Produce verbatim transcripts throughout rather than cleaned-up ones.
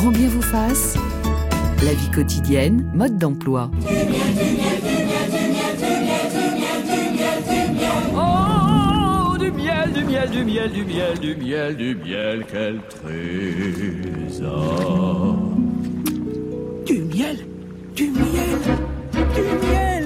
grand bien vous fasse. La vie quotidienne, mode d'emploi. Oh, du miel, du miel, du miel, du miel, du miel, du miel, quel trésor. Du miel, du miel, du miel,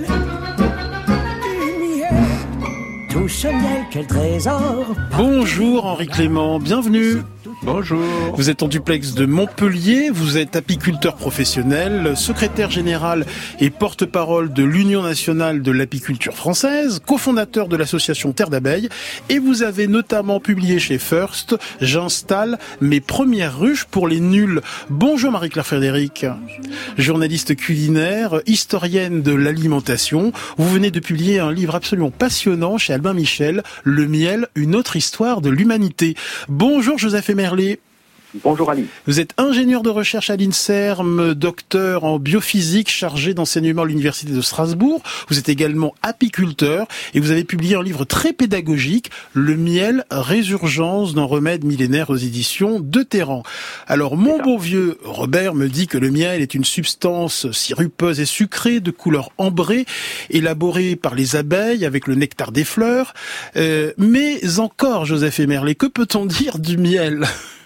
du miel. Tout ce miel, quel trésor. Bonjour Henri Clément, bienvenue. Bonjour. Vous êtes en duplex de Montpellier, vous êtes apiculteur professionnel, secrétaire général et porte-parole de l'Union nationale de l'apiculture française, cofondateur de l'association Terre d'abeilles, et vous avez notamment publié chez First « J'installe mes premières ruches pour les nuls ». Bonjour Marie-Claire Frédéric. Bonjour. Journaliste culinaire, historienne de l'alimentation, vous venez de publier un livre absolument passionnant chez Albin Michel, « Le miel, une autre histoire de l'humanité ». Bonjour Joseph Emerlet. Bonjour Ali. Vous êtes ingénieur de recherche à l'INSERM, docteur en biophysique chargé d'enseignement à l'Université de Strasbourg. Vous êtes également apiculteur et vous avez publié un livre très pédagogique, Le miel, résurgence d'un remède millénaire aux éditions de Terran. Alors mon beau vieux Robert me dit que le miel est une substance sirupeuse et sucrée de couleur ambrée, élaborée par les abeilles avec le nectar des fleurs. Euh, mais encore, Joseph Emerlet, que peut-on dire du miel ?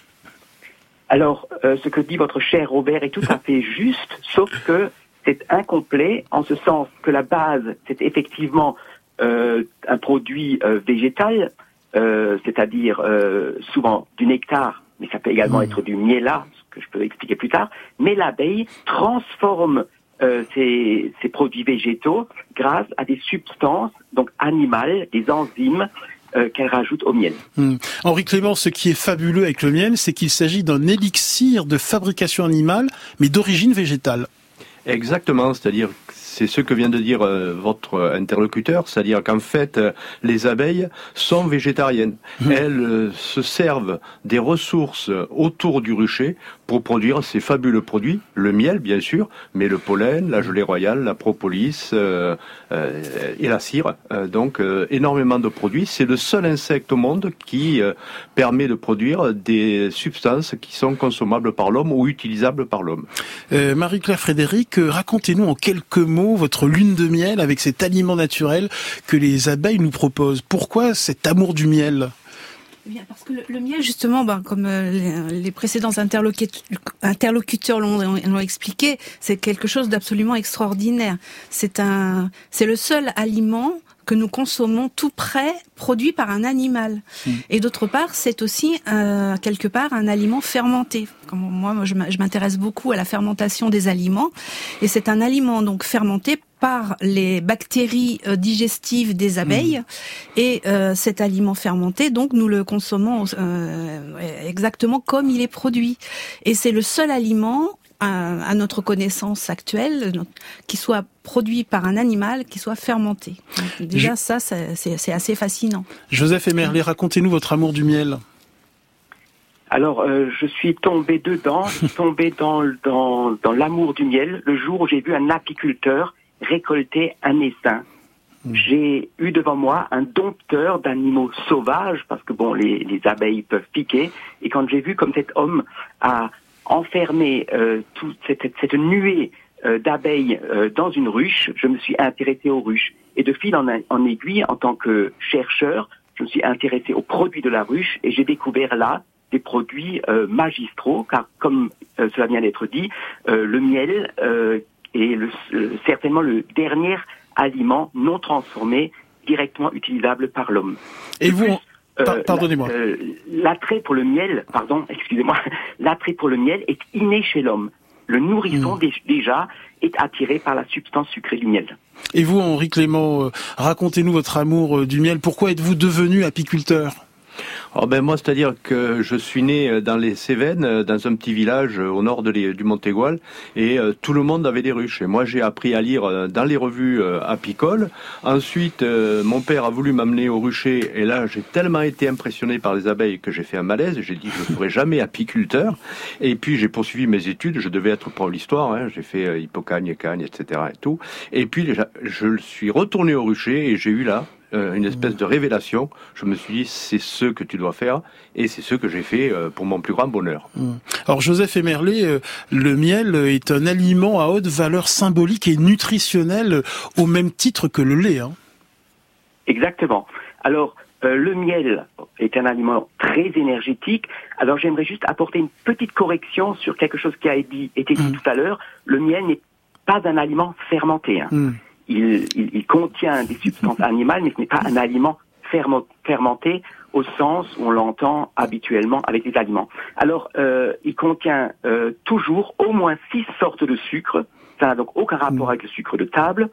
Alors, euh, ce que dit votre cher Robert est tout à fait juste, sauf que c'est incomplet, en ce sens que la base, c'est effectivement euh, un produit euh, végétal, euh, c'est-à-dire euh, souvent du nectar, mais ça peut également mmh. être du miella, ce que je peux expliquer plus tard, mais l'abeille transforme euh, ces, ces produits végétaux grâce à des substances donc animales, des enzymes, Euh, qu'elle rajoute au miel. Mmh. Henri Clément, ce qui est fabuleux avec le miel, c'est qu'il s'agit d'un élixir de fabrication animale, mais d'origine végétale. Exactement, c'est-à-dire c'est ce que vient de dire euh, votre interlocuteur, c'est-à-dire qu'en fait, euh, les abeilles sont végétariennes. Mmh. Elles euh, se servent des ressources autour du rucher pour produire ces fabuleux produits, le miel bien sûr, mais le pollen, la gelée royale, la propolis euh, euh, et la cire. Euh, donc euh, énormément de produits. C'est le seul insecte au monde qui euh, permet de produire des substances qui sont consommables par l'homme ou utilisables par l'homme. Euh, Marie-Claire Frédéric, racontez-nous en quelques mots votre lune de miel avec cet aliment naturel que les abeilles nous proposent. Pourquoi cet amour du miel ? Eh bien, parce que le, le miel, justement, ben, comme euh, les, les précédents interlocuteurs, interlocuteurs l'ont, l'ont expliqué, c'est quelque chose d'absolument extraordinaire. C'est un, c'est le seul aliment que nous consommons tout près, produit par un animal. Mmh. Et d'autre part, c'est aussi euh, quelque part un aliment fermenté. Comme moi, je m'intéresse beaucoup à la fermentation des aliments, et c'est un aliment donc fermenté par les bactéries euh, digestives des abeilles. Mmh. Et euh, cet aliment fermenté, donc nous le consommons euh, exactement comme il est produit. Et c'est le seul aliment à notre connaissance actuelle, qui soit produit par un animal, qui soit fermenté. Donc déjà, Je... ça, c'est, c'est assez fascinant. Joseph Emerlet, racontez-nous votre amour du miel. Alors, euh, je suis tombé dedans, je suis tombé dans, dans, dans l'amour du miel, le jour où j'ai vu un apiculteur récolter un essaim. Mmh. J'ai eu devant moi un dompteur d'animaux sauvages, parce que bon, les, les abeilles peuvent piquer, et quand j'ai vu comme cet homme a enfermer euh, toute cette, cette nuée euh, d'abeilles euh, dans une ruche, je me suis intéressé aux ruches. Et de fil en, en aiguille, en tant que chercheur, je me suis intéressé aux produits de la ruche et j'ai découvert là des produits euh, magistraux, car comme euh, cela vient d'être dit, euh, le miel euh, est le, euh, certainement le dernier aliment non transformé directement utilisable par l'homme. Et vous... Euh, Pardonnez-moi. Euh, l'attrait pour le miel, pardon, excusez-moi, l'attrait pour le miel est inné chez l'homme. Le nourrisson, mmh. déjà, est attiré par la substance sucrée du miel. Et vous, Henri Clément, euh, racontez-nous votre amour euh, du miel. Pourquoi êtes-vous devenu apiculteur ? Oh ben moi, c'est-à-dire que je suis né dans les Cévennes, dans un petit village au nord de les, du Montégoal, et euh, tout le monde avait des ruches. Et moi, j'ai appris à lire dans les revues euh, apicoles. Ensuite, euh, mon père a voulu m'amener au rucher, et là, j'ai tellement été impressionné par les abeilles que j'ai fait un malaise. J'ai dit, je ne serai jamais apiculteur. Et puis, j'ai poursuivi mes études. Je devais être pour l'histoire. Hein. J'ai fait euh, Hippocagne, Cagne, et cetera. Et tout. Et puis, je suis retourné au rucher et j'ai eu là euh, une espèce de révélation. Je me suis dit, c'est ce que tu dois faire, et c'est ce que j'ai fait euh, pour mon plus grand bonheur. Mmh. Alors Joseph Emerlé, euh, le miel est un aliment à haute valeur symbolique et nutritionnelle, euh, au même titre que le lait. Hein. Exactement. Alors, euh, le miel est un aliment très énergétique. Alors, j'aimerais juste apporter une petite correction sur quelque chose qui a été, été dit mmh. tout à l'heure. Le miel n'est pas un aliment fermenté. Hein. Mmh. Il, il, il contient des substances animales, mais ce n'est pas un aliment fermo, fermenté au sens où on l'entend habituellement avec les aliments. Alors, euh, il contient euh, toujours au moins six sortes de sucre. Ça n'a donc aucun rapport mmh. avec le sucre de table.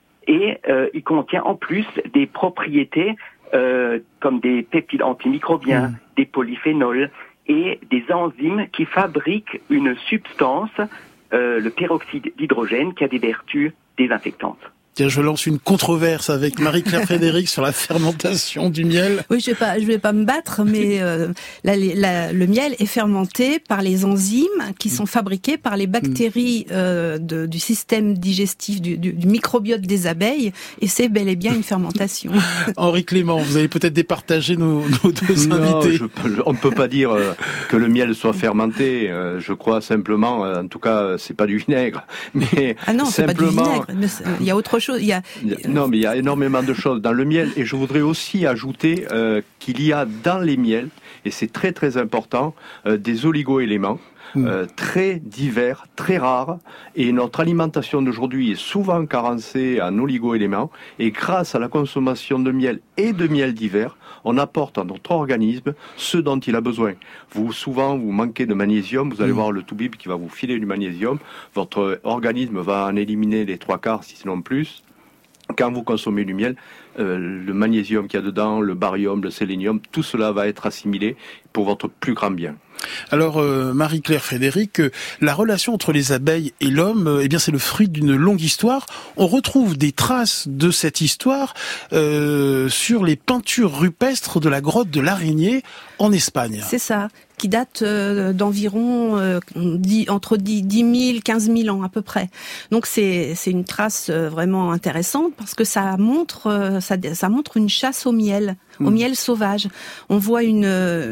Et euh, il contient en plus des propriétés euh, comme des peptides antimicrobiens, mmh. des polyphénols et des enzymes qui fabriquent une substance, euh, le peroxyde d'hydrogène, qui a des vertus désinfectantes. Tiens, je lance une controverse avec Marie-Claire Frédéric sur la fermentation du miel. Oui, je vais pas, je vais pas me battre, mais euh, la, la, le miel est fermenté par les enzymes qui sont fabriquées par les bactéries euh, de, du système digestif, du, du, du microbiote des abeilles, et c'est bel et bien une fermentation. Henri Clément, vous allez peut-être départager nos, nos deux non, invités. Je, on ne peut pas dire euh, que le miel soit fermenté. Euh, je crois simplement, euh, en tout cas, c'est pas du vinaigre. Mais ah non, c'est simplement... pas du vinaigre. Mais il y a autre chose. Il y a... Non, mais il y a énormément de choses dans le miel, et je voudrais aussi ajouter euh, qu'il y a dans les miels, et c'est très très important, euh, des oligo-éléments. Euh, très divers, très rares, et notre alimentation d'aujourd'hui est souvent carencée en oligo-éléments, et grâce à la consommation de miel et de miel divers, on apporte à notre organisme ce dont il a besoin. Vous, souvent, vous manquez de magnésium, vous allez mmh. voir le Toubib qui va vous filer du magnésium, votre organisme va en éliminer les trois quarts, si ce n'est plus. Quand vous consommez du miel, euh, le magnésium qu'il y a dedans, le barium, le sélénium, tout cela va être assimilé pour votre plus grand bien. Alors, euh, Marie-Claire Frédéric, euh, la relation entre les abeilles et l'homme, euh, eh bien, c'est le fruit d'une longue histoire. On retrouve des traces de cette histoire euh, sur les peintures rupestres de la grotte de l'Araignée en Espagne. C'est ça, qui date euh, d'environ euh, dix, entre dix mille, quinze mille ans à peu près. Donc c'est c'est une trace euh, vraiment intéressante parce que ça montre euh, ça, ça montre une chasse au miel. Au mmh. miel sauvage. On voit une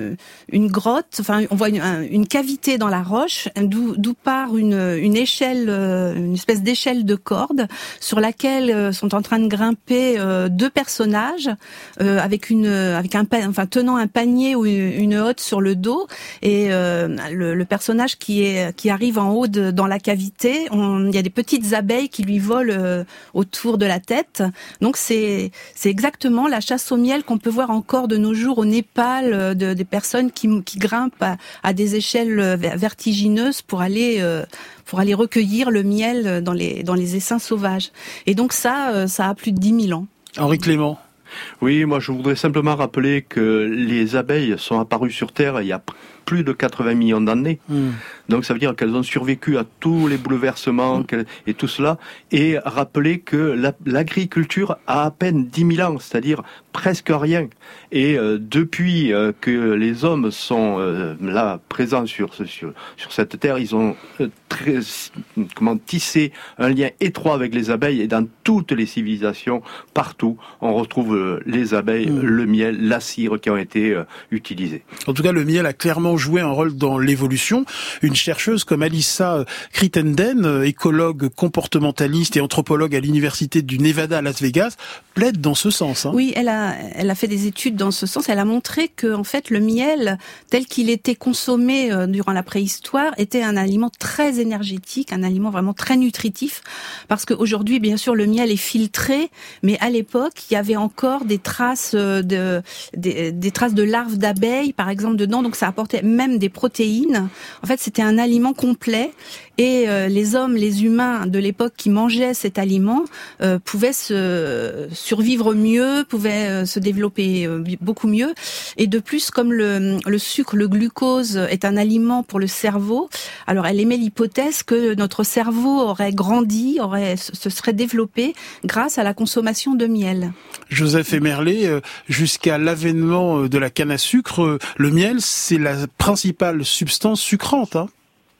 une grotte, enfin on voit une, une cavité dans la roche, d'où d'où part une une échelle, une espèce d'échelle de corde sur laquelle sont en train de grimper deux personnages euh, avec une avec un enfin tenant un panier ou une, une hotte sur le dos, et euh, le, le personnage qui est qui arrive en haut de, dans la cavité, on, il y a des petites abeilles qui lui volent euh, autour de la tête. Donc c'est c'est exactement la chasse au miel qu'on peut voir encore de nos jours au Népal, de, des personnes qui, qui grimpent à, à des échelles vertigineuses pour aller euh, pour aller recueillir le miel dans les dans les essaims sauvages. Et donc ça, ça a plus de dix mille ans. Henri Clément. Oui, moi je voudrais simplement rappeler que les abeilles sont apparues sur Terre il y a plus de quatre-vingts millions d'années. Mmh. Donc ça veut dire qu'elles ont survécu à tous les bouleversements mmh. et tout cela. Et rappeler que la, l'agriculture a à peine dix mille ans, c'est-à-dire presque rien. Et euh, depuis euh, que les hommes sont euh, là présents sur, sur, sur cette terre, ils ont euh, très, comment, tissé un lien étroit avec les abeilles, et dans toutes les civilisations, partout, on retrouve euh, les abeilles, mmh. le miel, la cire qui ont été euh, utilisés. En tout cas, le miel a clairement joué un rôle dans l'évolution. Une chercheuse comme Alissa Crittenden, écologue comportementaliste et anthropologue à l'université du Nevada à Las Vegas, plaide dans ce sens. Hein. Oui, elle a, elle a fait des études dans ce sens. Elle a montré que, en fait, le miel, tel qu'il était consommé euh, durant la préhistoire, était un aliment très énergétique, un aliment vraiment très nutritif. Parce qu'aujourd'hui, bien sûr, le miel est filtré, mais à l'époque, il y avait encore des traces de, des, des traces de larves d'abeilles, par exemple, dedans. Donc, ça apportait même des protéines. En fait, c'était un aliment complet, et euh, les hommes, les humains de l'époque qui mangeaient cet aliment euh, pouvaient se survivre mieux, pouvaient euh, se développer euh, beaucoup mieux. Et de plus, comme le, le sucre, le glucose est un aliment pour le cerveau, alors elle émet l'hypothèse que notre cerveau aurait grandi, aurait se serait développé grâce à la consommation de miel. Joseph Emerlé, euh, jusqu'à l'avènement de la canne à sucre, euh, le miel, c'est la principale substance sucrante, hein.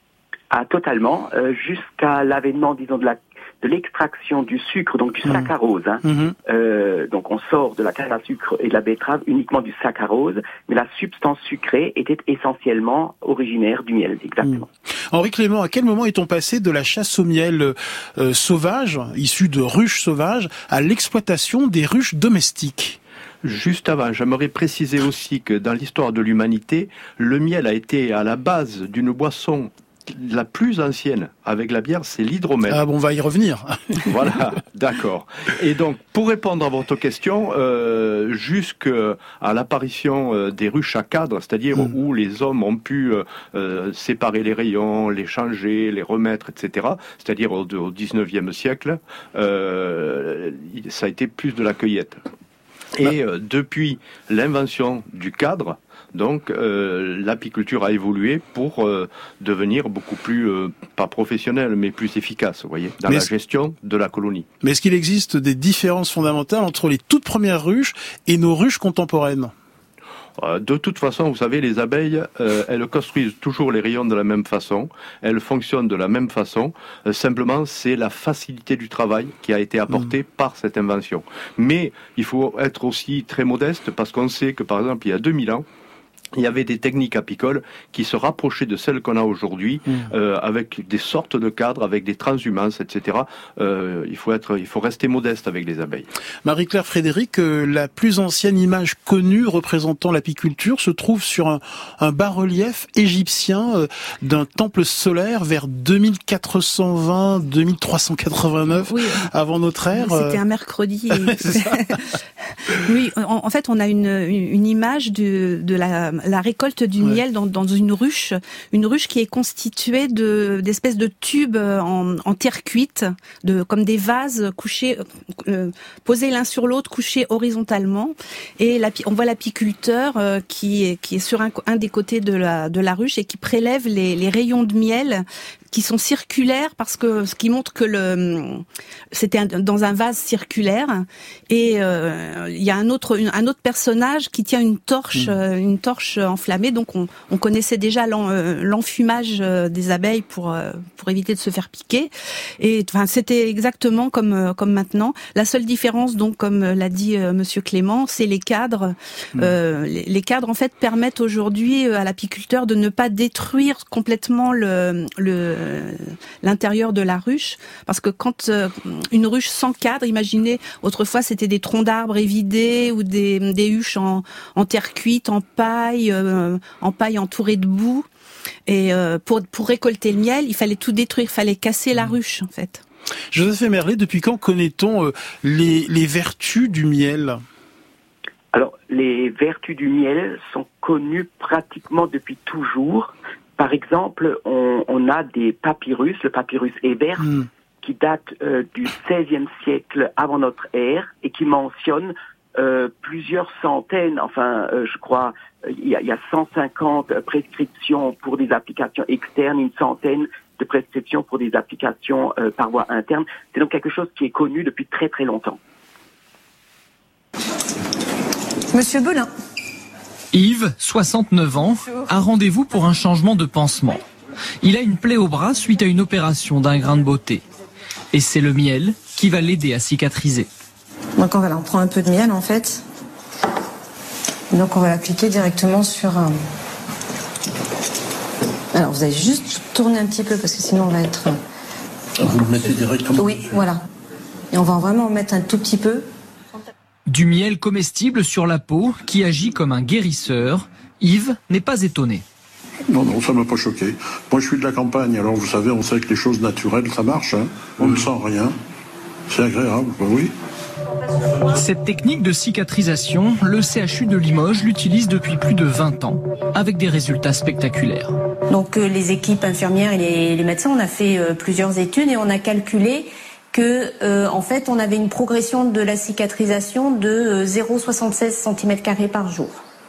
Ah, totalement. Euh, jusqu'à l'avènement, disons, de la de l'extraction du sucre, donc du saccharose. Hein. Mmh. Euh, donc on sort de la canne à sucre et de la betterave uniquement du saccharose, mais la substance sucrée était essentiellement originaire du miel, exactement. Mmh. Henri Clément, à quel moment est-on passé de la chasse au miel euh, sauvage, issue de ruches sauvages, à l'exploitation des ruches domestiques ? Juste avant, j'aimerais préciser aussi que dans l'histoire de l'humanité, le miel a été à la base d'une boisson la plus ancienne avec la bière, c'est l'hydromel. Ah bon, on va y revenir. Voilà, d'accord. Et donc, pour répondre à votre question, euh, jusqu'à l'apparition euh, des ruches à cadre, c'est-à-dire mmh. où les hommes ont pu euh, séparer les rayons, les changer, les remettre, et cetera, c'est-à-dire au, au dix-neuvième siècle, euh, ça a été plus de la cueillette. Et euh, depuis l'invention du cadre, donc euh, l'apiculture a évolué pour euh, devenir beaucoup plus, euh, pas professionnelle, mais plus efficace, vous voyez, dans mais la gestion de la colonie. Mais est-ce qu'il existe des différences fondamentales entre les toutes premières ruches et nos ruches contemporaines ? De toute façon, vous savez, les abeilles, euh, elles construisent toujours les rayons de la même façon, elles fonctionnent de la même façon, euh, simplement c'est la facilité du travail qui a été apportée mmh. par cette invention. Mais il faut être aussi très modeste parce qu'on sait que par exemple il y a deux mille ans, il y avait des techniques apicoles qui se rapprochaient de celles qu'on a aujourd'hui, mmh. euh, avec des sortes de cadres, avec des transhumances, et cetera. Euh, il faut être, il faut rester modeste avec les abeilles. Marie-Claire Frédéric, euh, la plus ancienne image connue représentant l'apiculture se trouve sur un, un bas-relief égyptien euh, d'un temple solaire vers deux mille quatre cent vingt à deux mille trois cent quatre-vingt-neuf oui. avant notre ère. C'était un mercredi. Oui, en, en fait, on a une, une image de, de la la récolte du ouais. miel dans, dans une ruche, une ruche qui est constituée de d'espèces de tubes en, en terre cuite, de comme des vases couchés, euh, posés l'un sur l'autre, couchés horizontalement. Et on voit l'apiculteur euh, qui est qui est sur un, un des côtés de la de la ruche et qui prélève les, les rayons de miel qui sont circulaires parce que ce qui montre que le c'était un, dans un vase circulaire et euh, il y a un autre une, un autre personnage qui tient une torche mmh. euh, une torche enflammée, donc on, on connaissait déjà l'en, euh, l'enfumage euh, des abeilles pour euh, pour éviter de se faire piquer et enfin c'était exactement comme euh, comme maintenant. La seule différence, donc comme l'a dit euh, Monsieur Clément, c'est les cadres. Mmh. Euh, les, les cadres en fait permettent aujourd'hui à l'apiculteur de ne pas détruire complètement le le l'intérieur de la ruche, parce que quand euh, une ruche sans cadre, imaginez, autrefois c'était des troncs d'arbres évidés ou des, des huches en, en terre cuite, en paille, euh, en paille entourée de boue, et euh, pour, pour récolter le miel, il fallait tout détruire, il fallait casser la ruche en fait. Joseph Emerlet, depuis quand connaît-on euh, les, les vertus du miel ? Alors, les vertus du miel sont connues pratiquement depuis toujours. Par exemple, on, on a des papyrus, le papyrus Hébert, mmh. qui date euh, du seizième siècle avant notre ère et qui mentionne euh, plusieurs centaines, enfin, euh, je crois, il y a, y a cent cinquante prescriptions pour des applications externes, une centaine de prescriptions pour des applications euh, par voie interne. C'est donc quelque chose qui est connu depuis très très longtemps. Monsieur Belin. Yves, soixante-neuf ans, a rendez-vous pour un changement de pansement. Il a une plaie au bras suite à une opération d'un grain de beauté. Et c'est le miel qui va l'aider à cicatriser. Donc voilà, on prend un peu de miel en fait. Donc on va l'appliquer directement sur un... Alors vous allez juste tourner un petit peu parce que sinon on va être... Vous le mettez directement ? Oui, voilà. Et on va vraiment en mettre un tout petit peu. Du miel comestible sur la peau qui agit comme un guérisseur. Yves n'est pas étonné. Non, non, ça m'a pas choqué. Moi, je suis de la campagne, alors vous savez, on sait que les choses naturelles, ça marche. Hein. On ne sent rien. C'est agréable, oui. Cette technique de cicatrisation, le C H U de Limoges l'utilise depuis plus de vingt ans, avec des résultats spectaculaires. Donc euh, les équipes infirmières et les, les médecins, on a fait euh, plusieurs études et on a calculé que euh, en fait on avait une progression de la cicatrisation de euh, zéro virgule soixante-seize centimètres carrés par jour.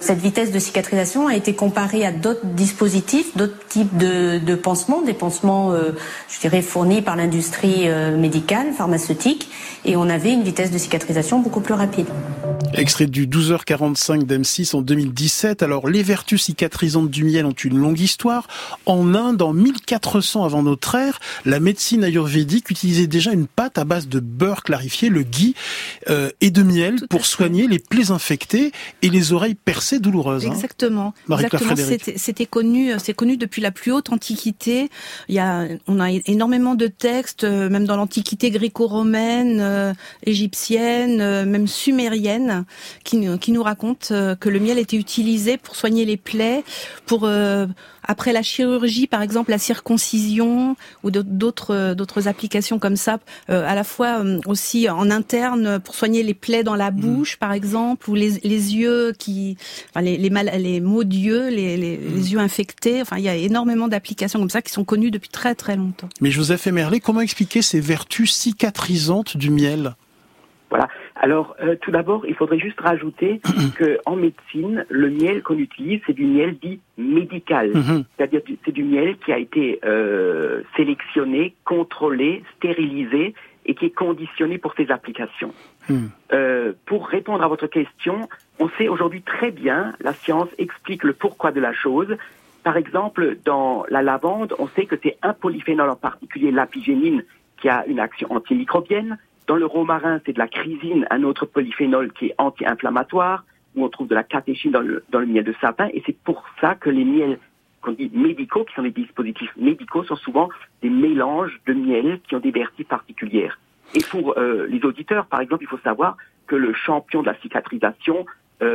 Cette vitesse de cicatrisation a été comparée à d'autres dispositifs, d'autres types de, de pansements, des pansements, euh, je dirais, fournis par l'industrie euh, médicale, pharmaceutique, et on avait une vitesse de cicatrisation beaucoup plus rapide. Extrait du douze heures quarante-cinq d'M six en deux mille dix-sept. Alors, les vertus cicatrisantes du miel ont une longue histoire. En Inde, en mille quatre cents avant notre ère, la médecine ayurvédique utilisait déjà une pâte à base de beurre clarifié, le ghee, euh, et de miel Tout pour soigner les plaies infectées et les oreilles percées douloureuses. Exactement. Hein. Exactement. C'était, c'était connu, c'est connu depuis la plus haute antiquité. Il y a, on a énormément de textes, même dans l'antiquité gréco-romaine, euh, égyptienne, euh, même sumérienne, qui, qui nous raconte euh, que le miel était utilisé pour soigner les plaies, pour euh, après la chirurgie, par exemple la circoncision ou d'autres d'autres applications comme ça, euh, à la fois euh, aussi en interne pour soigner les plaies dans la bouche, mmh. par exemple, ou les, les yeux qui, enfin les les, mal, les maux d'yeux, les, les, mmh. les yeux infectés. Enfin, il y a énormément d'applications comme ça qui sont connues depuis très très longtemps. Mais Joseph Emerlé, comment expliquer ces vertus cicatrisantes du miel ? Voilà. Alors, euh, tout d'abord, il faudrait juste rajouter qu'en médecine, le miel qu'on utilise, c'est du miel dit médical. Mm-hmm. C'est-à-dire que c'est du miel qui a été euh, sélectionné, contrôlé, stérilisé et qui est conditionné pour ses applications. Mm. Euh, pour répondre à votre question, on sait aujourd'hui très bien, la science explique le pourquoi de la chose. Par exemple, dans la lavande, on sait que c'est un polyphénol en particulier, l'apigénine, qui a une action antimicrobienne. Dans le romarin, c'est de la chrysine, un autre polyphénol qui est anti-inflammatoire, où on trouve de la catéchine dans le, dans le miel de sapin, et c'est pour ça que les miels qu'on dit médicaux, qui sont des dispositifs médicaux, sont souvent des mélanges de miel qui ont des vertus particulières. Et pour euh, les auditeurs, par exemple, il faut savoir que le champion de la cicatrisation,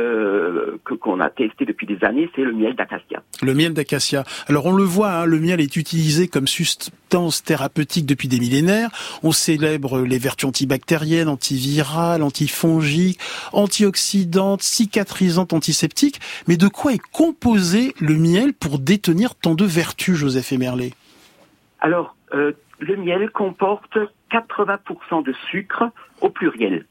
Euh, que, qu'on a testé depuis des années, c'est le miel d'acacia. Le miel d'acacia. Alors on le voit, hein, le miel est utilisé comme substance thérapeutique depuis des millénaires. On célèbre les vertus antibactériennes, antivirales, antifongiques, antioxydantes, cicatrisantes, antiseptiques. Mais de quoi est composé le miel pour détenir tant de vertus, Joseph Emerlé ? Alors, euh, le miel comporte quatre-vingts pour cent de sucre au pluriel.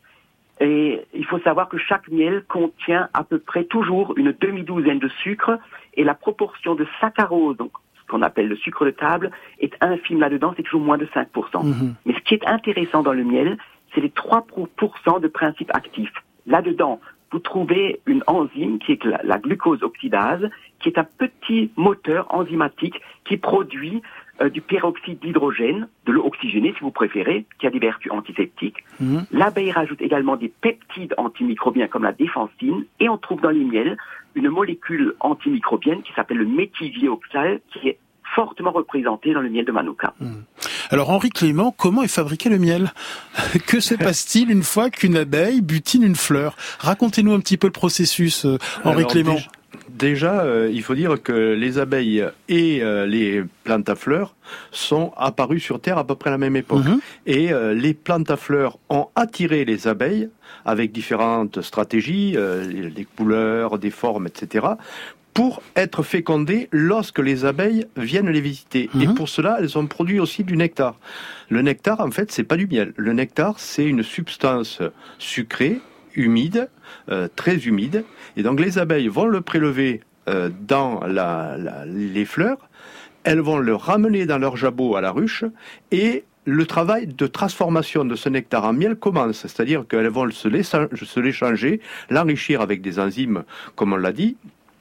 Et il faut savoir que chaque miel contient à peu près toujours une demi-douzaine de sucre et la proportion de saccharose, donc ce qu'on appelle le sucre de table, est infime là-dedans, c'est toujours moins de cinq pour cent. Mmh. Mais ce qui est intéressant dans le miel, c'est les trois pour cent de principes actifs. Là-dedans, vous trouvez une enzyme qui est la, la glucose oxydase, qui est un petit moteur enzymatique qui produit Euh, du peroxyde d'hydrogène, de l'eau oxygénée si vous préférez, qui a des vertus antiseptiques. Mmh. L'abeille rajoute également des peptides antimicrobiens comme la défensine, et on trouve dans les miels une molécule antimicrobienne qui s'appelle le méthylglyoxal, qui est fortement représentée dans le miel de Manuka. Mmh. Alors Henri Clément, comment est fabriqué le miel ? Que se passe-t-il une fois qu'une abeille butine une fleur ? Racontez-nous un petit peu le processus, euh, Henri Alors, Clément. Déjà... Déjà, euh, il faut dire que les abeilles et euh, les plantes à fleurs sont apparues sur Terre à peu près à la même époque. Mmh. Et euh, les plantes à fleurs ont attiré les abeilles avec différentes stratégies, euh, les, les couleurs, des formes, et cetera, pour être fécondées lorsque les abeilles viennent les visiter. Mmh. Et pour cela, elles ont produit aussi du nectar. Le nectar, en fait, c'est pas du miel. Le nectar, c'est une substance sucrée, humide, euh, très humide, et donc les abeilles vont le prélever euh, dans la, la, les fleurs, elles vont le ramener dans leur jabot à la ruche, et le travail de transformation de ce nectar en miel commence, c'est-à-dire qu'elles vont se, se l'échanger, l'enrichir avec des enzymes, comme on l'a dit,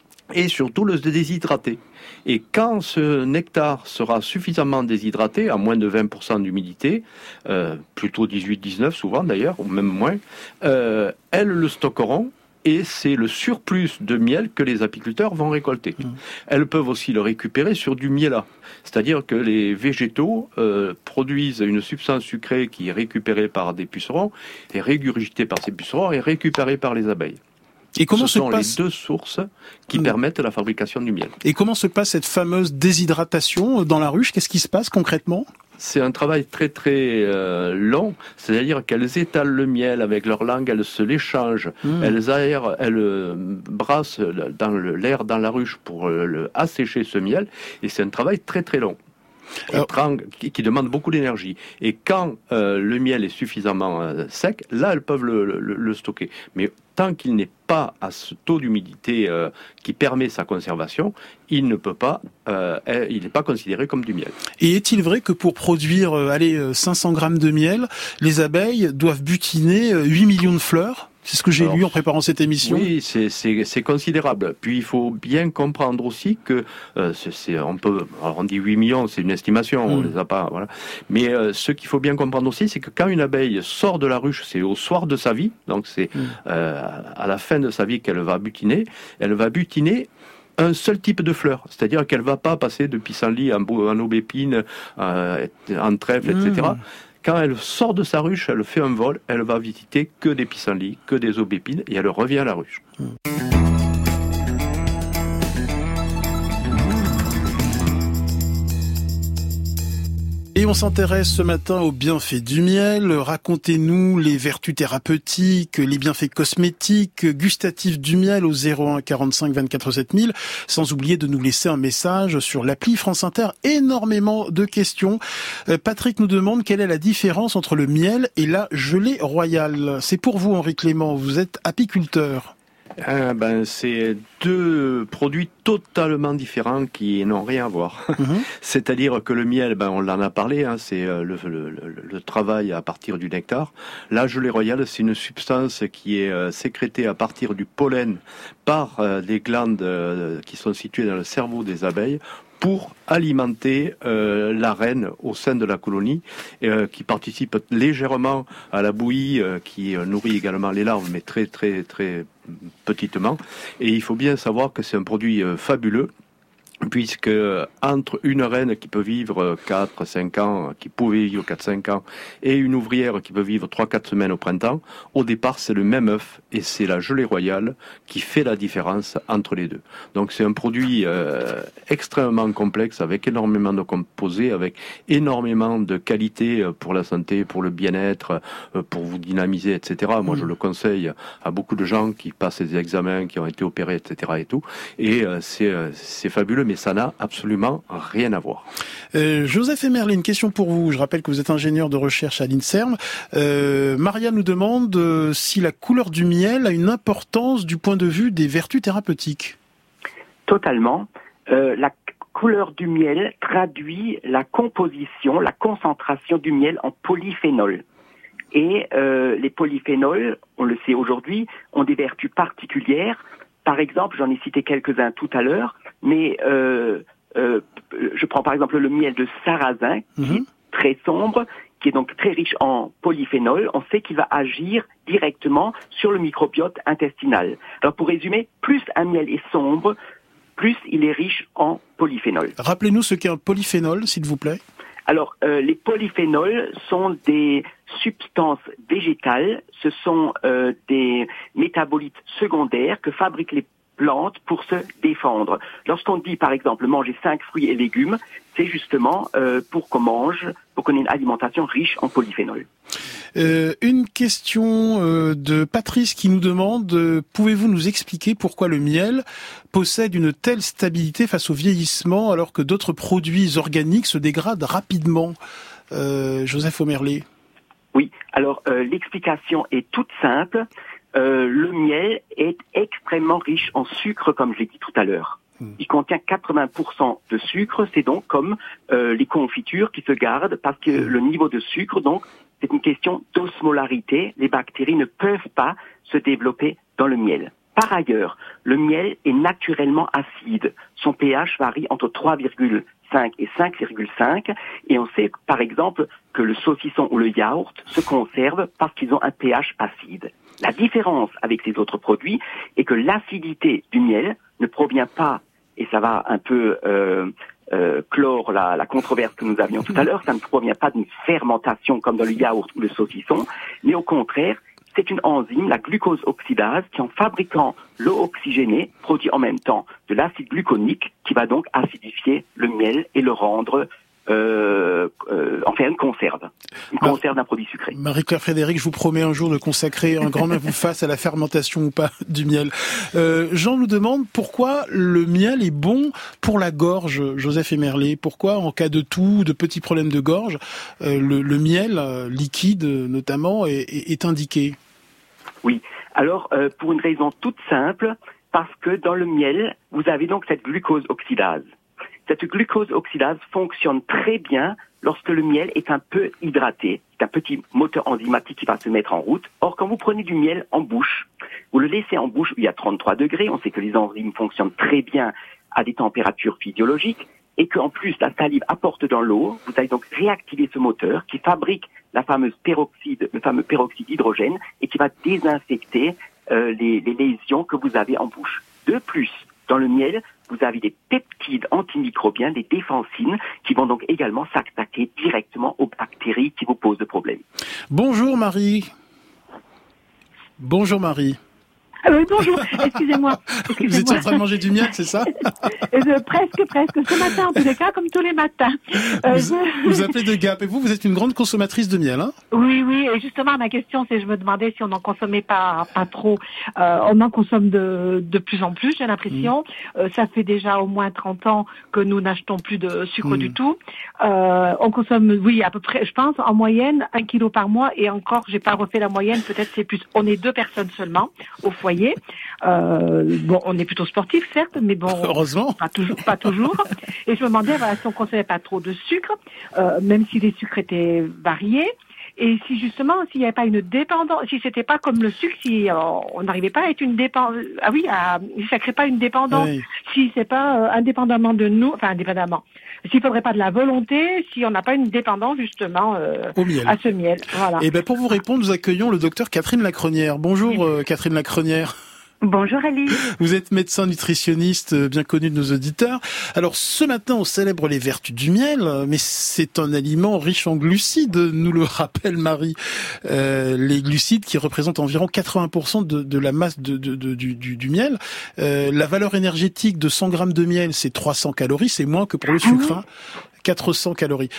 et surtout le déshydrater. Et quand ce nectar sera suffisamment déshydraté, à moins de vingt pour cent d'humidité, euh, plutôt dix-huit dix-neuf souvent d'ailleurs, ou même moins, euh, elles le stockeront, et c'est le surplus de miel que les apiculteurs vont récolter. Mmh. Elles peuvent aussi le récupérer sur du miela, c'est-à-dire que les végétaux euh, produisent une substance sucrée qui est récupérée par des pucerons, et régurgitée par ces pucerons, et récupérée par les abeilles. Et comment Ce se sont passe... les deux sources qui mmh. permettent la fabrication du miel. Et comment se passe cette fameuse déshydratation dans la ruche ? Qu'est-ce qui se passe concrètement ? C'est un travail très très euh, long, c'est-à-dire qu'elles étalent le miel avec leur langue, elles se l'échangent, mmh. elles aèrent, elles euh, brassent dans le, l'air dans la ruche pour euh, le, assécher ce miel, et c'est un travail très très long. et Alors... prend, qui, qui demande beaucoup d'énergie. Et quand euh, le miel est suffisamment euh, sec, là, elles peuvent le, le, le stocker. Mais tant qu'il n'est pas à ce taux d'humidité euh, qui permet sa conservation, il ne peut pas, euh, il n'est pas considéré comme du miel. Et est-il vrai que pour produire, euh, allez, cinq cents grammes de miel, les abeilles doivent butiner huit millions de fleurs ? C'est ce que j'ai Alors, lu en préparant cette émission. Oui, c'est, c'est, c'est considérable. Puis il faut bien comprendre aussi que euh, c'est, c'est, on peut, alors on dit huit millions, c'est une estimation, mmh. on les a pas, voilà. Mais euh, ce qu'il faut bien comprendre aussi, c'est que quand une abeille sort de la ruche, c'est au soir de sa vie, donc c'est mmh. euh, à la fin de sa vie qu'elle va butiner. Elle va butiner un seul type de fleur, c'est-à-dire qu'elle va pas passer de pissenlit en, en aubépine, euh, en trèfle, mmh. et cetera. Quand elle sort de sa ruche, elle fait un vol, elle va visiter que des pissenlits, que des aubépines, et elle revient à la ruche. Mmh. Et on s'intéresse ce matin aux bienfaits du miel. Racontez-nous les vertus thérapeutiques, les bienfaits cosmétiques, gustatifs du miel au zéro un quarante-cinq vingt-quatre sept mille. Sans oublier de nous laisser un message sur l'appli France Inter. Énormément de questions. Euh, Patrick nous demande quelle est la différence entre le miel et la gelée royale. C'est pour vous, Henri Clément. Vous êtes apiculteur. Euh, ben, c'est deux produits totalement différents qui n'ont rien à voir. Mmh. C'est-à-dire que le miel, ben, on en a parlé, hein, c'est le, le, le, le travail à partir du nectar. La gelée royale, c'est une substance qui est euh, sécrétée à partir du pollen par euh, des glandes euh, qui sont situées dans le cerveau des abeilles pour alimenter euh, la reine au sein de la colonie, euh, qui participe légèrement à la bouillie, euh, qui euh, nourrit également les larves, mais très très très petitement. Et il faut bien savoir que c'est un produit euh, fabuleux, puisque entre une reine qui peut vivre quatre à cinq ans, qui pouvait vivre quatre à cinq ans, et une ouvrière qui peut vivre trois à quatre semaines au printemps, au départ c'est le même œuf, et c'est la gelée royale qui fait la différence entre les deux. Donc c'est un produit euh, extrêmement complexe, avec énormément de composés, avec énormément de qualités pour la santé, pour le bien-être, pour vous dynamiser, et cetera. Moi je le conseille à beaucoup de gens qui passent des examens, qui ont été opérés, et cetera. et tout, et euh, c'est, c'est fabuleux, mais ça n'a absolument rien à voir. Euh, Joseph Emerlé, une question pour vous. Je rappelle que vous êtes ingénieur de recherche à l'INSERM. Euh, Maria nous demande euh, si la couleur du miel a une importance du point de vue des vertus thérapeutiques. Totalement. Euh, la couleur du miel traduit la composition, la concentration du miel en polyphénol. Et euh, les polyphénols, on le sait aujourd'hui, ont des vertus particulières. Par exemple, j'en ai cité quelques-uns tout à l'heure, mais euh, euh, je prends par exemple le miel de sarrasin, qui mmh. est très sombre, qui est donc très riche en polyphénol. On sait qu'il va agir directement sur le microbiote intestinal. Alors pour résumer, plus un miel est sombre, plus il est riche en polyphénol. Rappelez-nous ce qu'est un polyphénol, s'il vous plaît. Alors, euh, les polyphénols sont des substances végétales, ce sont euh, des métabolites secondaires que fabriquent les plantes pour se défendre. Lorsqu'on dit, par exemple, manger cinq fruits et légumes, c'est justement euh, pour qu'on mange, pour qu'on ait une alimentation riche en polyphénols. Euh, une question euh, de Patrice qui nous demande euh, pouvez-vous nous expliquer pourquoi le miel possède une telle stabilité face au vieillissement alors que d'autres produits organiques se dégradent rapidement? euh, Joseph Omerlé. Oui, alors euh, l'explication est toute simple. Euh, le miel est extrêmement riche en sucre, comme je l'ai dit tout à l'heure. Il contient quatre-vingts pour cent de sucre, c'est donc comme euh, les confitures qui se gardent, parce que le niveau de sucre, donc, c'est une question d'osmolarité. Les bactéries ne peuvent pas se développer dans le miel. Par ailleurs, le miel est naturellement acide. Son pH varie entre trois virgule cinq et cinq virgule cinq, et on sait, par exemple, que le saucisson ou le yaourt se conservent parce qu'ils ont un pH acide. La différence avec ces autres produits est que l'acidité du miel ne provient pas, et ça va un peu euh, euh, clore la, la controverse que nous avions tout à l'heure, ça ne provient pas d'une fermentation comme dans le yaourt ou le saucisson, mais au contraire, c'est une enzyme, la glucose oxydase, qui en fabriquant l'eau oxygénée produit en même temps de l'acide gluconique qui va donc acidifier le miel et le rendre Euh, euh, en faire une conserve. une conserve d'un produit sucré. Marie-Claire Frédéric, je vous promets un jour de consacrer un grand vous face à la fermentation ou pas du miel. Euh, Jean nous demande pourquoi le miel est bon pour la gorge, Joseph Emerlé. Pourquoi, en cas de toux, de petits problèmes de gorge, euh, le, le miel euh, liquide notamment est, est, est indiqué? Oui, alors euh, pour une raison toute simple, parce que dans le miel, vous avez donc cette glucose oxydase. Cette glucose oxydase fonctionne très bien lorsque le miel est un peu hydraté. C'est un petit moteur enzymatique qui va se mettre en route. Or, quand vous prenez du miel en bouche, vous le laissez en bouche où il y a trente-trois degrés, on sait que les enzymes fonctionnent très bien à des températures physiologiques, et qu'en plus la salive apporte dans l'eau, vous allez donc réactiver ce moteur qui fabrique la fameuse peroxyde, le fameux peroxyde d'hydrogène, et qui va désinfecter euh, les, les lésions que vous avez en bouche. De plus, dans le miel, vous avez des peptides antimicrobiens, des défensines, qui vont donc également s'attaquer directement aux bactéries qui vous posent de problèmes. Bonjour Marie. Bonjour Marie. Euh, bonjour, excusez-moi. excusez-moi. Vous étiez en train de manger du miel, c'est ça? euh, Presque, presque. Ce matin, en tous les cas, comme tous les matins. Euh, vous, je... vous appelez de Gap. Et vous, vous êtes une grande consommatrice de miel, hein? Oui, oui. Et justement, ma question, c'est, je me demandais si on n'en consommait pas, pas trop. Euh, on en consomme de, de plus en plus, j'ai l'impression. Mmh. Euh, ça fait déjà au moins trente ans que nous n'achetons plus de sucre mmh. du tout. Euh, on consomme, oui, à peu près, je pense, en moyenne, un kilo par mois. Et encore, j'ai pas refait la moyenne, peut-être c'est plus. On est deux personnes seulement au foyer. Euh, bon, on est plutôt sportif, certes, mais bon, heureusement, pas toujours. Pas toujours. Et je me demandais voilà, si on consommait pas trop de sucre, euh, même si les sucres étaient variés, et si justement, s'il n'y avait pas une dépendance, si c'était pas comme le sucre, si euh, on n'arrivait pas à être une dépendance, ah oui, à, si ça crée pas une dépendance, oui. si c'est pas euh, indépendamment de nous, enfin indépendamment. S'il faudrait pas de la volonté, si on n'a pas une dépendance justement euh, au miel. à ce miel. Voilà. Et ben pour vous répondre, nous accueillons le docteur Catherine Lacrenière. Bonjour euh, Catherine Lacrenière. Bonjour Ali. Vous êtes médecin nutritionniste bien connu de nos auditeurs. Alors ce matin on célèbre les vertus du miel, mais c'est un aliment riche en glucides, nous le rappelle Marie. Euh, les glucides qui représentent environ quatre-vingts pour cent de, de la masse de, de, de, du, du, du miel. Euh, la valeur énergétique de cent grammes de miel, c'est trois cents calories, c'est moins que pour le sucre. Hein. quatre cents calories.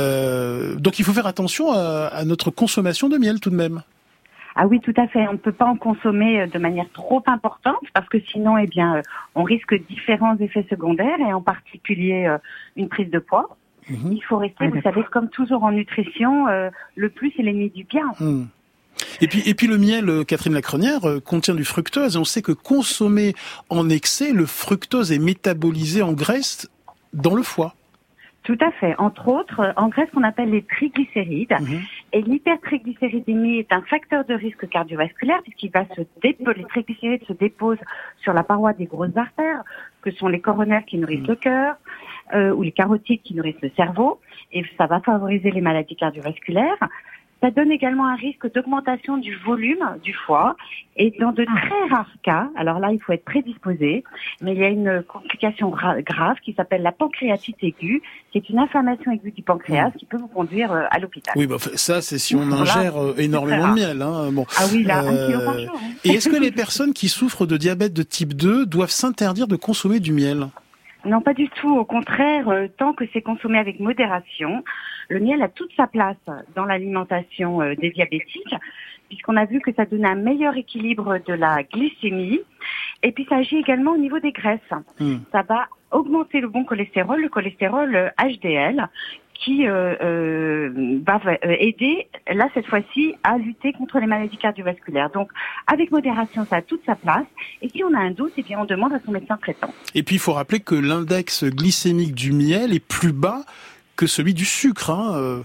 Euh, donc il faut faire attention à, à notre consommation de miel tout de même. Ah oui, tout à fait. On ne peut pas en consommer de manière trop importante parce que sinon, eh bien, on risque différents effets secondaires et en particulier une prise de poids. Mmh. Il faut rester, vous savez, comme toujours en nutrition, euh, le plus est l'ennemi du bien. Mmh. Et puis, et puis le miel, Catherine Lacrenière, contient du fructose et on sait que consommer en excès, le fructose est métabolisé en graisse dans le foie. Tout à fait. Entre autres, en graisse qu'on appelle les triglycérides. Mmh. Et l'hypertriglycéridémie est un facteur de risque cardiovasculaire puisqu'il va se déposer, les triglycérides se déposent sur la paroi des grosses artères, que sont les coronaires qui nourrissent mmh. le cœur, euh, ou les carotides qui nourrissent le cerveau. Et ça va favoriser les maladies cardiovasculaires. Ça donne également un risque d'augmentation du volume du foie. Et dans de très rares cas, alors là, il faut être prédisposé, mais il y a une complication gra- grave qui s'appelle la pancréatite aiguë, qui est une inflammation aiguë du pancréas qui peut vous conduire euh, à l'hôpital. Oui, bah, ça, c'est si on ingère euh, énormément de miel. Hein. Bon. Ah oui, là, euh, un kilo par jour. Hein. Et est-ce que les personnes qui souffrent de diabète de type deux doivent s'interdire de consommer du miel ? Non, pas du tout. Au contraire, euh, tant que c'est consommé avec modération, le miel a toute sa place dans l'alimentation euh, des diabétiques, puisqu'on a vu que ça donne un meilleur équilibre de la glycémie. Et puis, ça agit également au niveau des graisses. Mmh. Ça va augmenter le bon cholestérol, le cholestérol euh, H D L, qui euh, euh, va aider, là, cette fois-ci, à lutter contre les maladies cardiovasculaires. Donc, avec modération, ça a toute sa place. Et si on a un doute, eh bien, on demande à son médecin traitant. Et puis, il faut rappeler que l'index glycémique du miel est plus bas que celui du sucre, hein. Euh...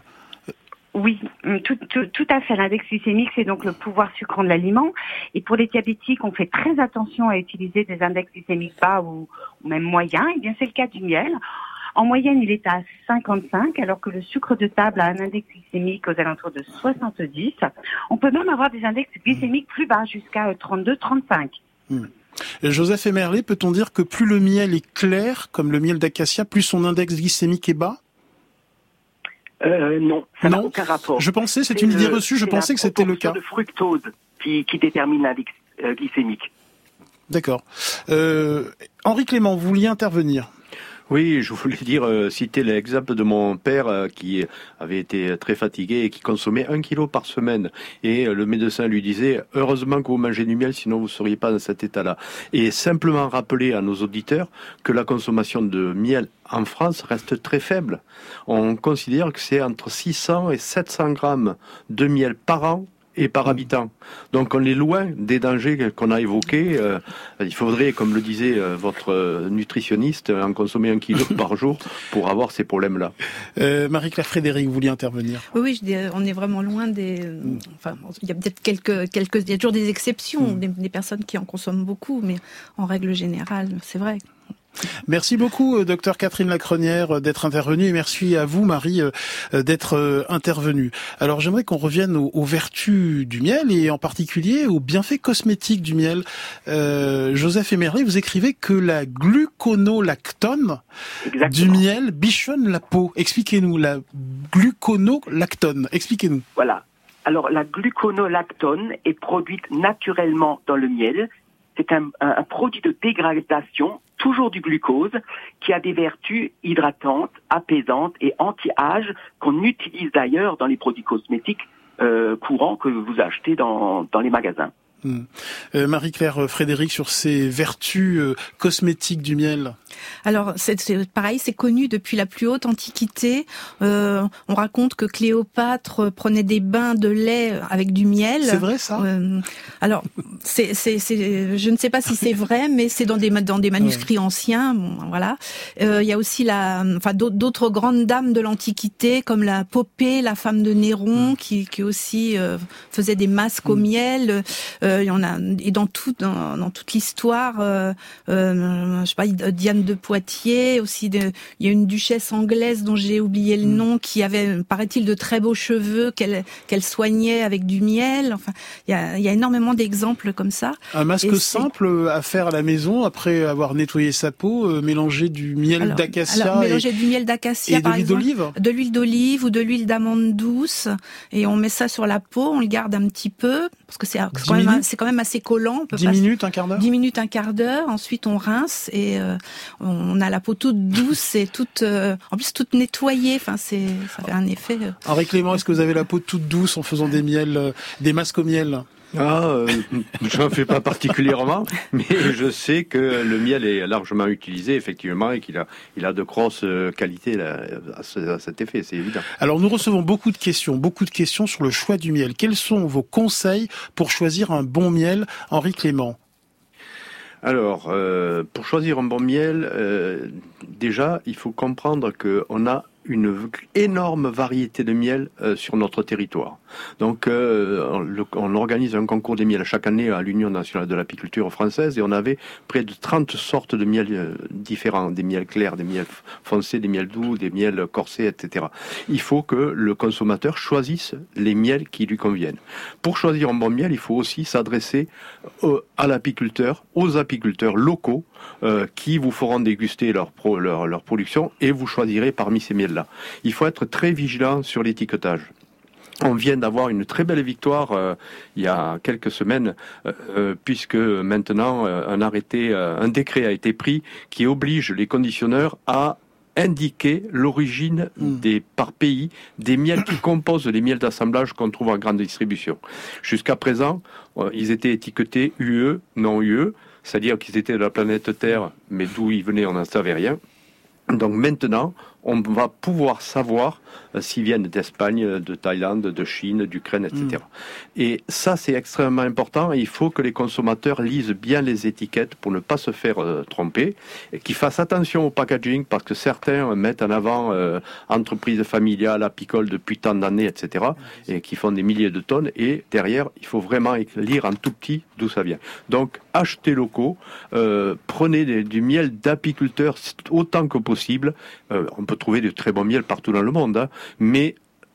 Oui, tout, tout, tout à fait. L'index glycémique, c'est donc le pouvoir sucrant de l'aliment. Et pour les diabétiques, on fait très attention à utiliser des index glycémiques bas ou, ou même moyens. Et bien, c'est le cas du miel. En moyenne, il est à cinquante-cinq, alors que le sucre de table a un index glycémique aux alentours de soixante-dix. On peut même avoir des index glycémiques plus bas, jusqu'à trente-deux trente-cinq. Mmh. Joseph Emerlé, peut-on dire que plus le miel est clair, comme le miel d'acacia, plus son index glycémique est bas ? Euh, non, ça non. n'a aucun rapport. Je pensais, c'est, c'est une idée le, reçue, je pensais que c'était le cas. C'est la proportion de fructose qui, qui détermine l'index euh, glycémique. D'accord. Euh, Henri Clément, vous vouliez intervenir ? Oui, je voulais dire, euh, citer l'exemple de mon père euh, qui avait été très fatigué et qui consommait un kilo par semaine. Et euh, le médecin lui disait, heureusement que vous mangez du miel, sinon vous ne seriez pas dans cet état-là. Et simplement rappeler à nos auditeurs que la consommation de miel en France reste très faible. On considère que c'est entre six cents et sept cents grammes de miel par an et par habitant. Donc on est loin des dangers qu'on a évoqués. Euh, il faudrait, comme le disait euh, votre nutritionniste, en consommer un kilo par jour pour avoir ces problèmes-là. Euh, Marie-Claire Frédéric, vous vouliez intervenir? Oui, oui, je dis, on est vraiment loin des... Mm. Enfin, il y a peut-être quelques, quelques... Il y a toujours des exceptions, mm. des, des personnes qui en consomment beaucoup, mais en règle générale, c'est vrai. Merci beaucoup, docteur Catherine Lacrenière, d'être intervenue, et merci à vous, Marie, d'être intervenue. Alors, j'aimerais qu'on revienne aux, aux vertus du miel, et en particulier aux bienfaits cosmétiques du miel. Euh, Joseph Emerlet, vous écrivez que la gluconolactone Exactement. du miel bichonne la peau. Expliquez-nous, la gluconolactone, expliquez-nous. Voilà. Alors, la gluconolactone est produite naturellement dans le miel. C'est un, un, un produit de dégradation, toujours du glucose, qui a des vertus hydratantes, apaisantes et anti-âge qu'on utilise d'ailleurs dans les produits cosmétiques euh, courants que vous achetez dans, dans les magasins. Mmh. Euh, Marie-Claire Frédéric, sur ces vertus euh, cosmétiques du miel. Alors, c'est, c'est pareil, c'est connu depuis la plus haute antiquité. Euh, on raconte que Cléopâtre prenait des bains de lait avec du miel. C'est vrai, ça? euh, Alors, c'est, c'est, c'est, je ne sais pas si c'est vrai, mais c'est dans des dans des manuscrits ouais. anciens. Bon, voilà. Euh, il y a aussi la, enfin, d'autres grandes dames de l'antiquité, comme la Popée, la femme de Néron, mmh. qui, qui aussi euh, faisait des masques mmh. au miel. Euh, il y en a, et dans tout, dans, dans toute l'histoire, euh, euh, je sais pas, Diane de Poitiers, aussi de, il y a une duchesse anglaise dont j'ai oublié le nom, qui avait, paraît-il, de très beaux cheveux qu'elle qu'elle soignait avec du miel. Enfin, il y a, il y a énormément d'exemples comme ça. Un masque simple à faire à la maison après avoir nettoyé sa peau, euh, mélanger du miel alors, d'acacia alors, mélanger et, du miel d'acacia et de l'huile d'olive, de l'huile d'olive ou de l'huile d'amande douce, et on met ça sur la peau, on le garde un petit peu parce que c'est quand même c'est quand même assez collant. On peut dix minutes, un quart d'heure. Dix minutes, un quart d'heure. Ensuite, on rince et euh, on a la peau toute douce et toute, euh, en plus toute nettoyée. Enfin, c'est, ça fait un effet. Euh... Henri Clément, est-ce que vous avez la peau toute douce en faisant des miels, euh, des masques au miel? Ah, euh, je n'en fais pas particulièrement, mais je sais que le miel est largement utilisé, effectivement, et qu'il a, il a de grosses qualités là, à, ce, à cet effet, c'est évident. Alors, nous recevons beaucoup de questions, beaucoup de questions sur le choix du miel. Quels sont vos conseils pour choisir un bon miel, Henri Clément? Alors, euh, pour choisir un bon miel, euh, déjà, il faut comprendre qu'on a une énorme variété de miel euh, sur notre territoire. Donc, euh, on, le, on organise un concours des miels chaque année à l'Union nationale de l'apiculture française, et on avait près de trente sortes de miels euh, différents, des miels clairs, des miels foncés, des miels doux, des miels corsés, et cetera. Il faut que le consommateur choisisse les miels qui lui conviennent. Pour choisir un bon miel, il faut aussi s'adresser euh, à l'apiculteur, aux apiculteurs locaux euh, qui vous feront déguster leur, pro, leur, leur production, et vous choisirez parmi ces miels-là. Il faut être très vigilant sur l'étiquetage. On vient d'avoir une très belle victoire euh, il y a quelques semaines, euh, puisque maintenant euh, un arrêté, euh, un décret a été pris qui oblige les conditionneurs à indiquer l'origine mmh. des, par pays des miels qui composent les miels d'assemblage qu'on trouve en grande distribution. Jusqu'à présent, euh, ils étaient étiquetés U E, non U E, c'est-à-dire qu'ils étaient de la planète Terre, mais d'où ils venaient, on n'en savait rien. Donc maintenant, on va pouvoir savoir euh, s'ils viennent d'Espagne, de Thaïlande, de Chine, d'Ukraine, et cetera. Mmh. Et ça, c'est extrêmement important. Il faut que les consommateurs lisent bien les étiquettes pour ne pas se faire euh, tromper, et qu'ils fassent attention au packaging, parce que certains mettent en avant euh, entreprises familiales, apicoles depuis tant d'années, et cetera, et qui font des milliers de tonnes. Et derrière, il faut vraiment lire en tout petit d'où ça vient. Donc, achetez locaux, euh, prenez des, du miel d'apiculteurs autant que possible. Euh, on peut trouver de très bons miels partout dans le monde, hein, mais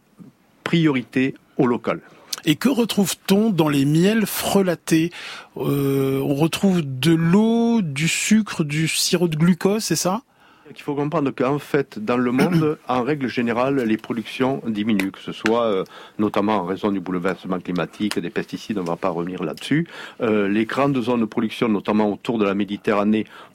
priorité au local. Et que retrouve-t-on dans les miels frelatés? euh, On retrouve de l'eau, du sucre, du sirop de glucose, c'est ça? Il faut comprendre qu'en fait, dans le monde, en règle générale, les productions diminuent, que ce soit euh, notamment en raison du bouleversement climatique, des pesticides, on ne va pas revenir là-dessus. Euh, les grandes zones de production, notamment autour de la Méditerranée,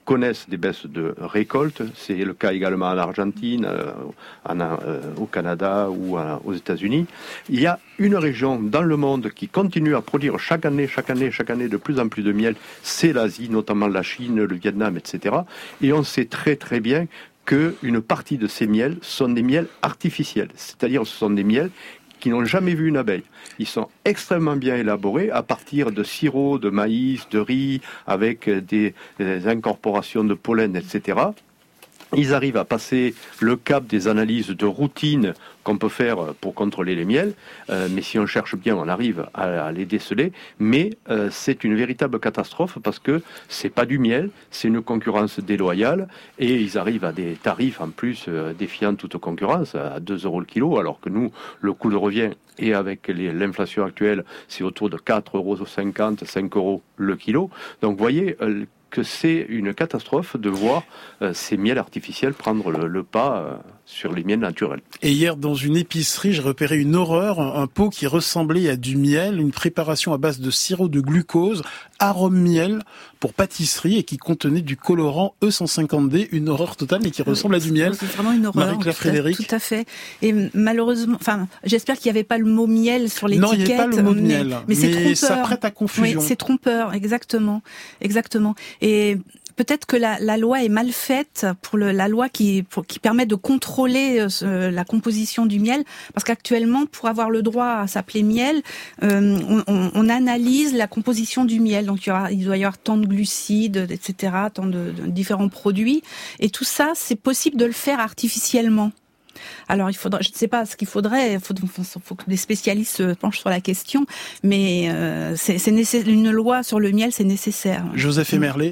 connaissent des baisses de récolte. C'est le cas également en Argentine, euh, en, euh, au Canada ou à, aux États-Unis. Il y a une région dans le monde qui continue à produire chaque année, chaque année, chaque année de plus en plus de miel. C'est l'Asie, notamment la Chine, le Vietnam, et cetera. Et on sait très très bien qu'une partie de ces miels sont des miels artificiels. C'est-à-dire ce sont des miels qui n'ont jamais vu une abeille. Ils sont extrêmement bien élaborés à partir de sirop, de maïs, de riz, avec des, des incorporations de pollen, et cetera. Ils arrivent à passer le cap des analyses de routine qu'on peut faire pour contrôler les miels, euh, mais si on cherche bien, on arrive à, à les déceler. Mais euh, c'est une véritable catastrophe parce que c'est pas du miel, c'est une concurrence déloyale et ils arrivent à des tarifs en plus euh, défiant toute concurrence à deux euros le kilo, alors que nous, le coût de revient et avec les, l'inflation actuelle, c'est autour de quatre euros cinquante, cinq euros le kilo. Donc, vous voyez. Euh, que c'est une catastrophe de voir euh, ces miels artificiels prendre le, le pas euh, sur les miels naturels. Et hier, dans une épicerie, j'ai repéré une horreur, un, un pot qui ressemblait à du miel, une préparation à base de sirop de glucose, arôme miel pour pâtisserie et qui contenait du colorant E cent cinquante D, une horreur totale, mais qui ressemble à du miel. C'est vraiment une horreur. Marie-Claire Frédéric. Tout à fait. Et malheureusement, enfin, j'espère qu'il n'y avait pas le mot miel sur l'étiquette. Non, il n'y avait pas le mot mais, miel. Mais, mais c'est trompeur. Ça prête à confusion. Oui, c'est trompeur, exactement, exactement. Et peut-être que la, la loi est mal faite pour le, la loi qui, pour, qui permet de contrôler euh, la composition du miel, parce qu'actuellement, pour avoir le droit à s'appeler miel, euh, on, on, on analyse la composition du miel. Donc il, y aura, il doit y avoir tant de glucides, et cetera, tant de, de différents produits, et tout ça, c'est possible de le faire artificiellement. Alors, il faudrait, je ne sais pas ce qu'il faudrait, il faut, faut que des spécialistes se penchent sur la question, mais euh, c'est, c'est nécess- une loi sur le miel, c'est nécessaire. Joseph Emerlé.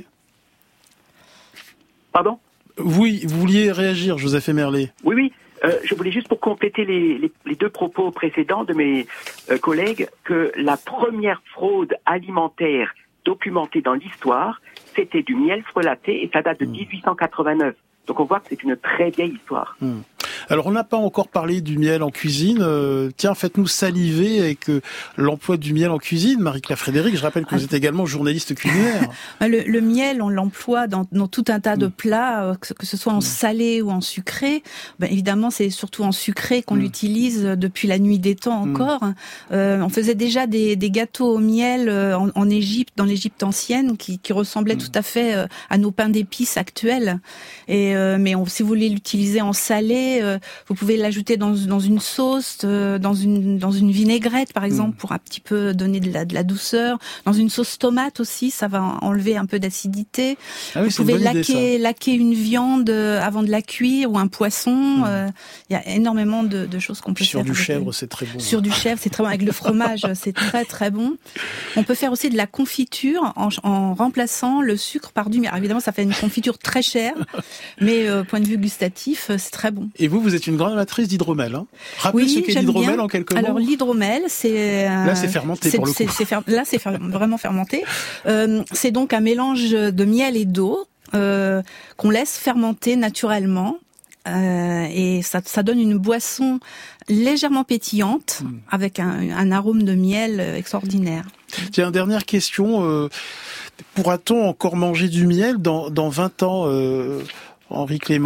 Pardon ? Oui, vous vouliez réagir, Joseph Emerlé. Oui, oui. Euh, je voulais juste pour compléter les, les, les deux propos précédents de mes euh, collègues que la première fraude alimentaire documentée dans l'histoire, c'était du miel frelaté et ça date de mmh. dix-huit cent quatre-vingt-neuf. Donc on voit que c'est une très vieille histoire. Mmh. Alors on n'a pas encore parlé du miel en cuisine. Euh, tiens, faites-nous saliver avec euh, l'emploi du miel en cuisine. Marie-Claire Frédéric, je rappelle que vous êtes également journaliste culinaire. Le, le miel, on l'emploie dans, dans tout un tas de plats, euh, que, que ce soit en salé ou en sucré. Ben, évidemment, c'est surtout en sucré qu'on mmh. l'utilise depuis la nuit des temps encore. Mmh. Euh, on faisait déjà des, des gâteaux au miel en, en Égypte, dans l'Égypte ancienne, qui, qui ressemblaient mmh. tout à fait euh, à nos pains d'épices actuels. Et euh, mais on, si vous voulez l'utiliser en salé, euh, vous pouvez l'ajouter dans, dans une sauce, euh, dans une dans une vinaigrette par exemple, mmh. pour un petit peu donner de la, de la douceur. Dans une sauce tomate aussi, ça va enlever un peu d'acidité. Ah oui, vous pouvez laquer, idée, laquer une viande avant de la cuire ou un poisson. Il mmh. euh, y a énormément de, de choses qu'on peut Sur faire. Sur du chèvre, c'est très bon. Sur du chèvre, c'est très bon. Avec le fromage, c'est très très bon. On peut faire aussi de la confiture en, en remplaçant le sucre par du miel. Alors, évidemment, ça fait une confiture très chère, mais euh, point de vue gustatif, c'est très bon. Et vous, vous êtes une grande amatrice d'hydromel, hein ? Rappelez oui, ce qu'est l'hydromel bien. En quelques mots. Alors l'hydromel, c'est euh, là c'est fermenté c'est, pour le coup. C'est, c'est fer... Là c'est fer... vraiment fermenté. Euh, c'est donc un mélange de miel et d'eau euh, qu'on laisse fermenter naturellement. Euh, et ça, ça donne une boisson légèrement pétillante mmh. avec un, un arôme de miel extraordinaire. Tiens, dernière question. Euh, pourra-t-on encore manger du miel dans, dans vingt ans, euh, Henri Clément ?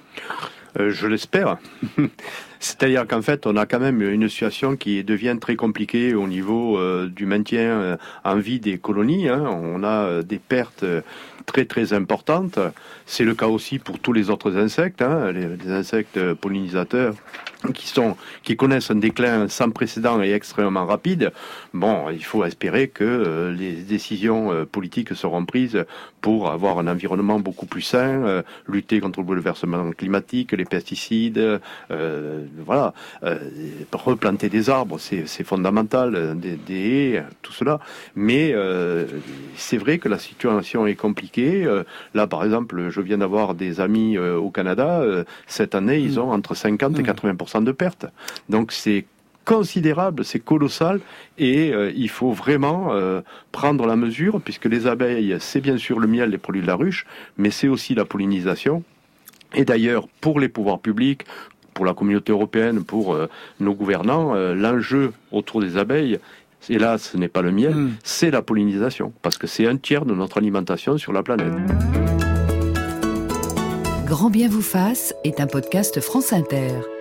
Euh, je l'espère. C'est-à-dire qu'en fait, on a quand même une situation qui devient très compliquée au niveau euh, du maintien euh, en vie des colonies. Hein. On a euh, des pertes euh, très très importantes. C'est le cas aussi pour tous les autres insectes, hein, les, les insectes pollinisateurs qui sont qui connaissent un déclin sans précédent et extrêmement rapide. Bon, il faut espérer que euh, les décisions euh, politiques seront prises pour avoir un environnement beaucoup plus sain, euh, lutter contre le bouleversement climatique, les pesticides, euh, voilà, euh, replanter des arbres, c'est, c'est fondamental, des, des haies, tout cela. Mais euh, c'est vrai que la situation est compliquée. Euh, là, par exemple, je viens d'avoir des amis euh, au Canada. Euh, cette année, ils ont entre cinquante et quatre-vingts pour cent de pertes. Donc c'est considérable, c'est colossal et euh, il faut vraiment euh, prendre la mesure, puisque les abeilles, c'est bien sûr le miel, les produits de la ruche, mais c'est aussi la pollinisation. Et d'ailleurs, pour les pouvoirs publics, pour la communauté européenne, pour euh, nos gouvernants, euh, l'enjeu autour des abeilles, et là ce n'est pas le miel, mmh. c'est la pollinisation, parce que c'est un tiers de notre alimentation sur la planète. Grand bien vous fasse est un podcast France Inter.